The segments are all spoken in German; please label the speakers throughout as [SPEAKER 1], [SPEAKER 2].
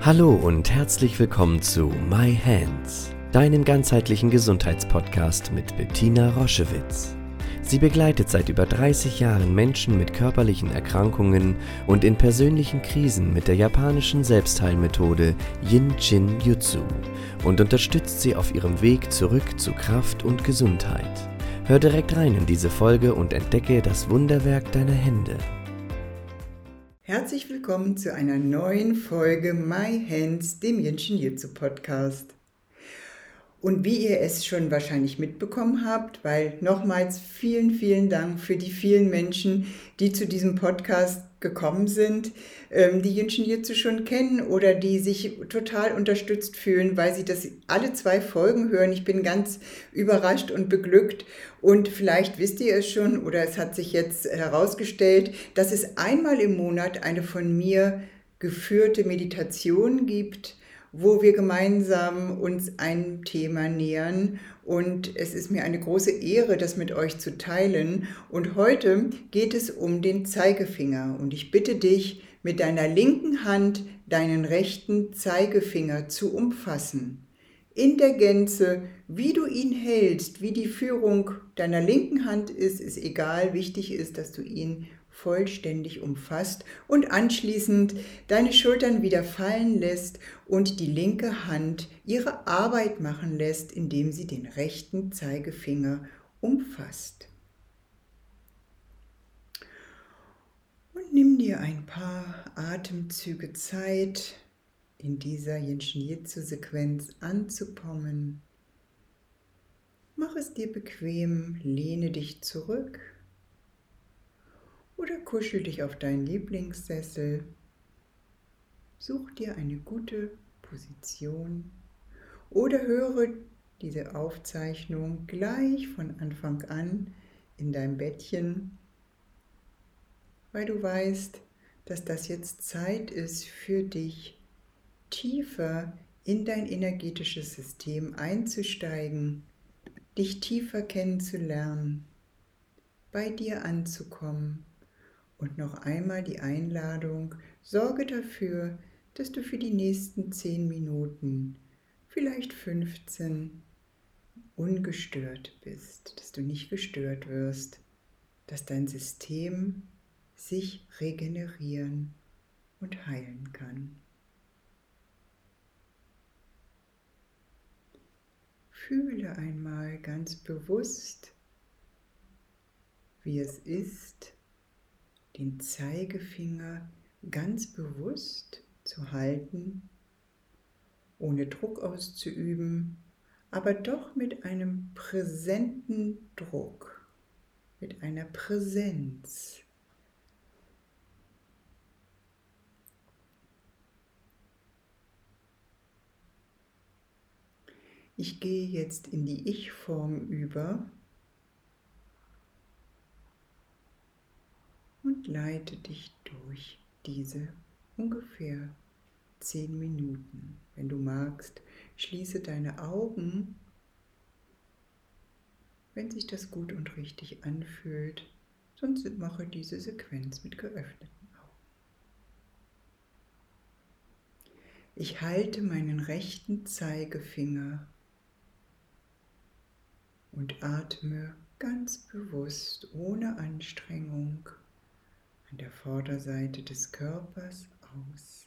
[SPEAKER 1] Hallo und herzlich willkommen zu My Hands, deinem ganzheitlichen Gesundheitspodcast mit Bettina Roschewitz. Sie begleitet seit über 30 Jahren Menschen mit körperlichen Erkrankungen und in persönlichen Krisen mit der japanischen Selbstheilmethode Yin-Shin Jutsu und unterstützt sie auf ihrem Weg zurück zu Kraft und Gesundheit. Hör direkt rein in diese Folge und entdecke das Wunderwerk deiner Hände.
[SPEAKER 2] Herzlich willkommen zu einer neuen Folge My Hands, dem Yin-Shin Jutsu Podcast. Und wie ihr es schon wahrscheinlich mitbekommen habt, weil nochmals vielen Dank für die vielen Menschen, die zu diesem Podcast gekommen sind, die Yin-Shin Jutsu schon kennen oder die sich total unterstützt fühlen, weil sie das alle 2 Folgen hören. Ich bin ganz überrascht und beglückt und vielleicht wisst ihr es schon oder es hat sich jetzt herausgestellt, dass es einmal im Monat eine von mir geführte Meditation gibt, wo wir gemeinsam uns einem Thema nähern, und es ist mir eine große Ehre, das mit euch zu teilen. Und heute geht es um den Zeigefinger und ich bitte dich, mit deiner linken Hand deinen rechten Zeigefinger zu umfassen. In der Gänze, wie du ihn hältst, wie die Führung deiner linken Hand ist egal. Wichtig ist, dass du ihn vollständig umfasst und anschließend deine Schultern wieder fallen lässt und die linke Hand ihre Arbeit machen lässt, indem sie den rechten Zeigefinger umfasst. Und nimm dir ein paar Atemzüge Zeit, in dieser Yin-Shin Jutsu-Sequenz anzukommen. Mach es dir bequem, lehne dich zurück oder kuschel dich auf deinen Lieblingssessel. Such dir eine gute Position oder höre diese Aufzeichnung gleich von Anfang an in deinem Bettchen, weil du weißt, dass das jetzt Zeit ist für dich, tiefer in dein energetisches System einzusteigen, dich tiefer kennenzulernen, bei dir anzukommen. Und noch einmal die Einladung, sorge dafür, dass du für die nächsten 10 Minuten, vielleicht 15, ungestört bist, dass du nicht gestört wirst, dass dein System sich regenerieren und heilen kann. Fühle einmal ganz bewusst, wie es ist, den Zeigefinger ganz bewusst zu halten, ohne Druck auszuüben, aber doch mit einem präsenten Druck, mit einer Präsenz. Ich gehe jetzt in die Ich-Form über und leite dich durch diese ungefähr 10 Minuten. Wenn du magst, schließe deine Augen, wenn sich das gut und richtig anfühlt, sonst mache diese Sequenz mit geöffneten Augen. Ich halte meinen rechten Zeigefinger und atme ganz bewusst, ohne Anstrengung, an der Vorderseite des Körpers aus.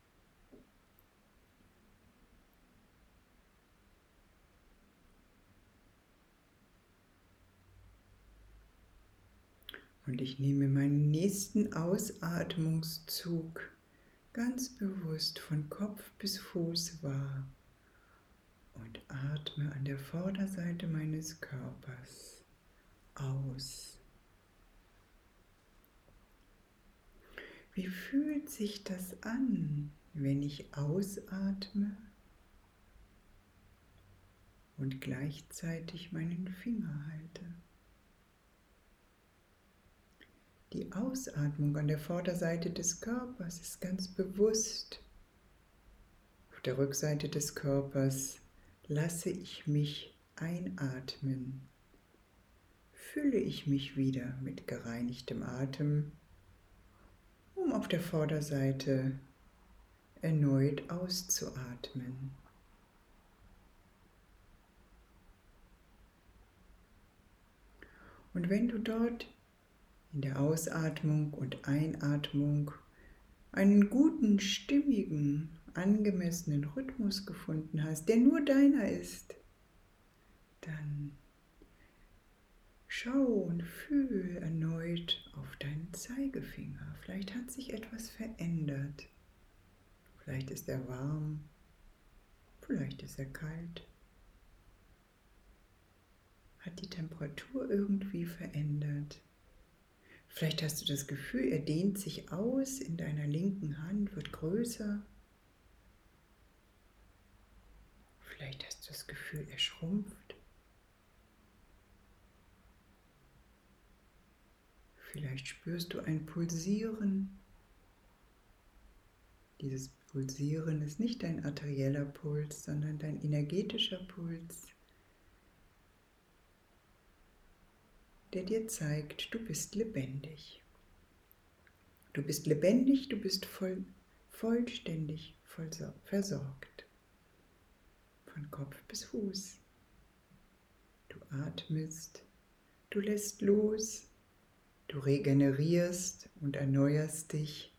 [SPEAKER 2] Und ich nehme meinen nächsten Ausatmungszug ganz bewusst von Kopf bis Fuß wahr und atme an der Vorderseite meines Körpers aus. Wie fühlt sich das an, wenn ich ausatme und gleichzeitig meinen Finger halte? Die Ausatmung an der Vorderseite des Körpers ist ganz bewusst. Auf der Rückseite des Körpers lasse ich mich einatmen. Fülle ich mich wieder mit gereinigtem Atem, um auf der Vorderseite erneut auszuatmen. Und wenn du dort in der Ausatmung und Einatmung einen guten, stimmigen, angemessenen Rhythmus gefunden hast, der nur deiner ist, dann schau und fühl erneut auf deinen Zeigefinger. Vielleicht hat sich etwas verändert. Vielleicht ist er warm, vielleicht ist er kalt. Hat die Temperatur irgendwie verändert? Vielleicht hast du das Gefühl, er dehnt sich aus in deiner linken Hand, wird größer. Vielleicht hast du das Gefühl, er schrumpft. Vielleicht spürst du ein Pulsieren. Dieses Pulsieren ist nicht dein arterieller Puls, sondern dein energetischer Puls, der dir zeigt, du bist lebendig. Du bist lebendig, du bist vollständig versorgt. Von Kopf bis Fuß. Du atmest, du lässt los, du regenerierst und erneuerst dich.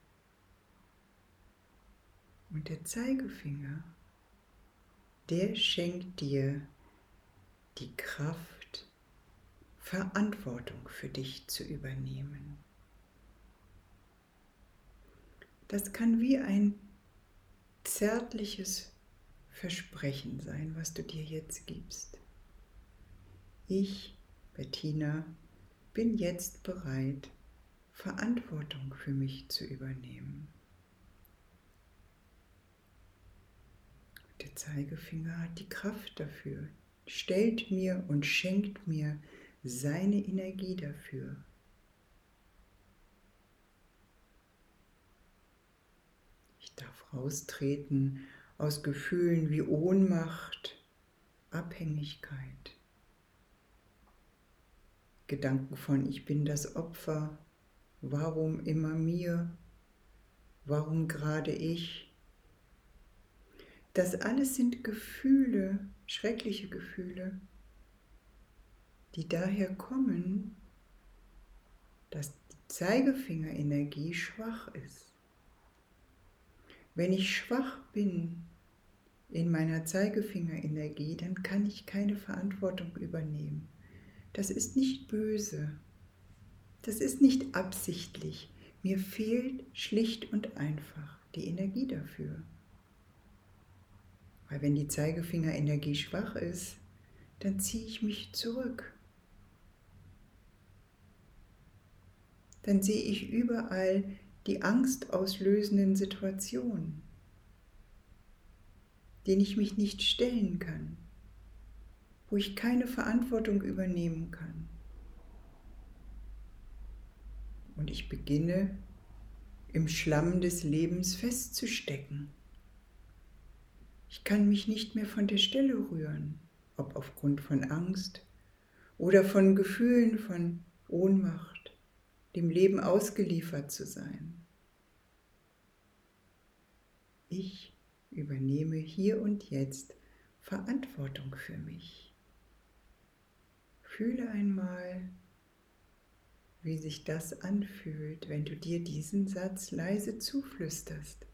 [SPEAKER 2] Und der Zeigefinger, der schenkt dir die Kraft, Verantwortung für dich zu übernehmen. Das kann wie ein zärtliches Versprechen sein, was du dir jetzt gibst. Ich, Bettina, bin jetzt bereit, Verantwortung für mich zu übernehmen. Der Zeigefinger hat die Kraft dafür, stellt mir und schenkt mir seine Energie dafür. Ich darf raustreten aus Gefühlen wie Ohnmacht, Abhängigkeit, Gedanken von ich bin das Opfer, warum immer mir, warum gerade ich. Das alles sind Gefühle, schreckliche Gefühle, die daher kommen, dass die Zeigefingerenergie schwach ist. Wenn ich schwach bin in meiner Zeigefingerenergie, dann kann ich keine Verantwortung übernehmen. Das ist nicht böse, das ist nicht absichtlich. Mir fehlt schlicht und einfach die Energie dafür. Weil wenn die Zeigefingerenergie schwach ist, dann ziehe ich mich zurück. Dann sehe ich überall die angstauslösenden Situationen, denen ich mich nicht stellen kann, wo ich keine Verantwortung übernehmen kann. Und ich beginne im Schlamm des Lebens festzustecken. Ich kann mich nicht mehr von der Stelle rühren, ob aufgrund von Angst oder von Gefühlen von Ohnmacht, dem Leben ausgeliefert zu sein. Ich übernehme hier und jetzt Verantwortung für mich. Fühle einmal, wie sich das anfühlt, wenn du dir diesen Satz leise zuflüsterst.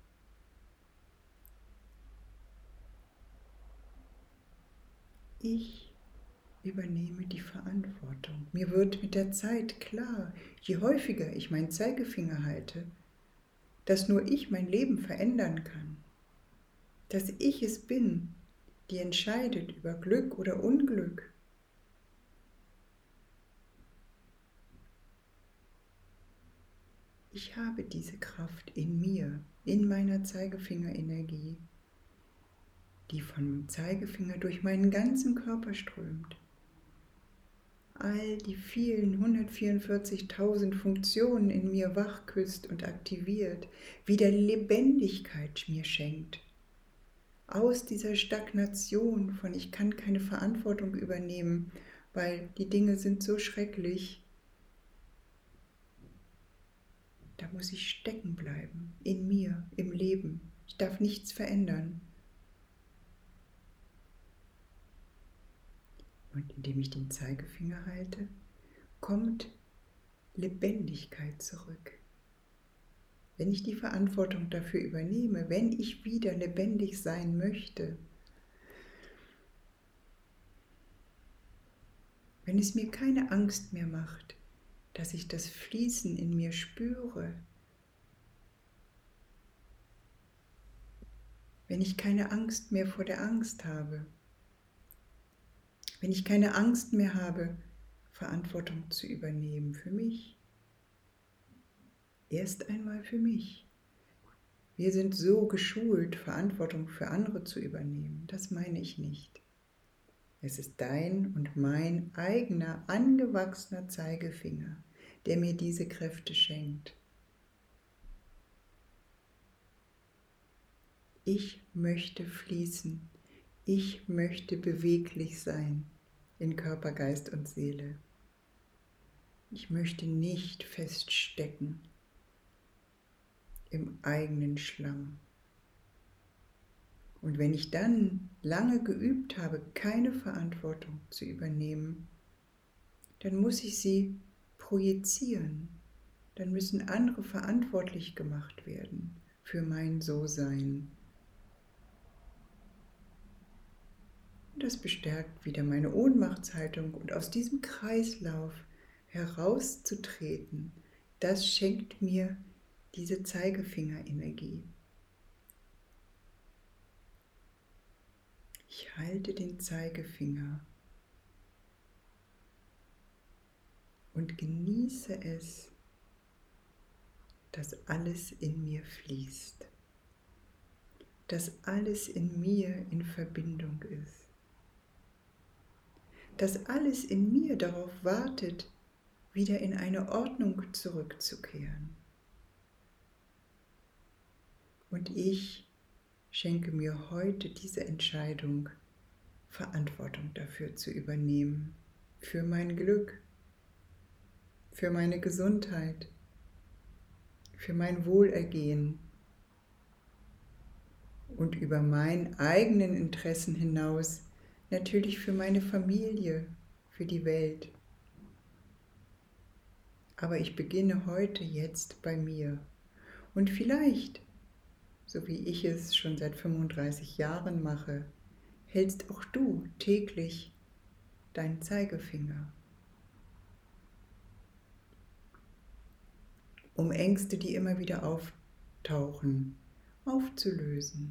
[SPEAKER 2] Ich übernehme die Verantwortung. Mir wird mit der Zeit klar, je häufiger ich meinen Zeigefinger halte, dass nur ich mein Leben verändern kann. Dass ich es bin, die entscheidet über Glück oder Unglück. Ich habe diese Kraft in mir, in meiner Zeigefingerenergie, die vom Zeigefinger durch meinen ganzen Körper strömt. All die vielen 144.000 Funktionen in mir wachküsst und aktiviert, wieder Lebendigkeit mir schenkt. Aus dieser Stagnation von ich kann keine Verantwortung übernehmen, weil die Dinge sind so schrecklich. Da muss ich stecken bleiben, in mir, im Leben. darf nichts verändern. Und indem ich den Zeigefinger halte, kommt Lebendigkeit zurück. Wenn ich die Verantwortung dafür übernehme, wenn ich wieder lebendig sein möchte, wenn es mir keine Angst mehr macht, dass ich das Fließen in mir spüre, wenn ich keine Angst mehr vor der Angst habe, wenn ich keine Angst mehr habe, Verantwortung zu übernehmen für mich. Erst einmal für mich. Wir sind so geschult, Verantwortung für andere zu übernehmen. Das meine ich nicht. Es ist dein und mein eigener, angewachsener Zeigefinger, der mir diese Kräfte schenkt. Ich möchte fließen. Ich möchte beweglich sein in Körper, Geist und Seele. Ich möchte nicht feststecken im eigenen Schlamm. Und wenn ich dann lange geübt habe, keine Verantwortung zu übernehmen, dann muss ich sie projizieren. Dann müssen andere verantwortlich gemacht werden für mein So-Sein. Und das bestärkt wieder meine Ohnmachtshaltung. Und aus diesem Kreislauf herauszutreten, das schenkt mir diese Zeigefingerenergie. Ich halte den Zeigefinger und genieße es, dass alles in mir fließt, dass alles in mir in Verbindung ist, dass alles in mir darauf wartet, wieder in eine Ordnung zurückzukehren. Und ich schenke mir heute diese Entscheidung, Verantwortung dafür zu übernehmen, für mein Glück, für meine Gesundheit, für mein Wohlergehen und über meinen eigenen Interessen hinaus natürlich für meine Familie, für die Welt. Aber ich beginne heute, jetzt bei mir. Und vielleicht, so wie ich es schon seit 35 Jahren mache, hältst auch du täglich deinen Zeigefinger, um Ängste, die immer wieder auftauchen, aufzulösen,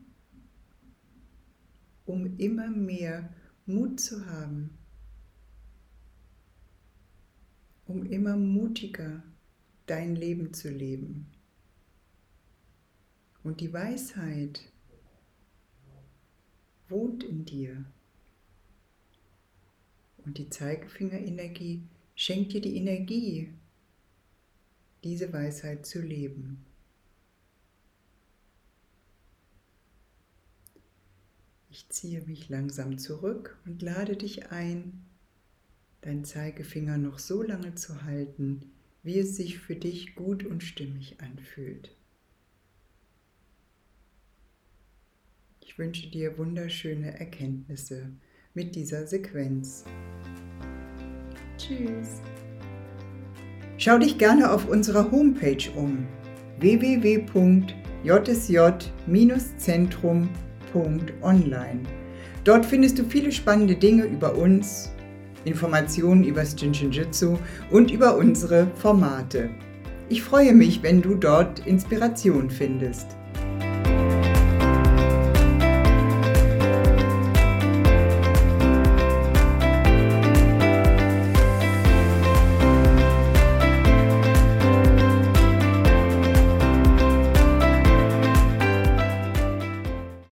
[SPEAKER 2] um immer mehr Mut zu haben, um immer mutiger dein Leben zu leben. Und die Weisheit wohnt in dir. Und die Zeigefingerenergie schenkt dir die Energie, diese Weisheit zu leben. Ich ziehe mich langsam zurück und lade dich ein, deinen Zeigefinger noch so lange zu halten, wie es sich für dich gut und stimmig anfühlt. Ich wünsche dir wunderschöne Erkenntnisse mit dieser Sequenz. Tschüss! Schau dich gerne auf unserer Homepage um, www.jsj-zentrum.online. Dort findest du viele spannende Dinge über uns, Informationen über das Jinshinjutsu und über unsere Formate. Ich freue mich, wenn du dort Inspiration findest.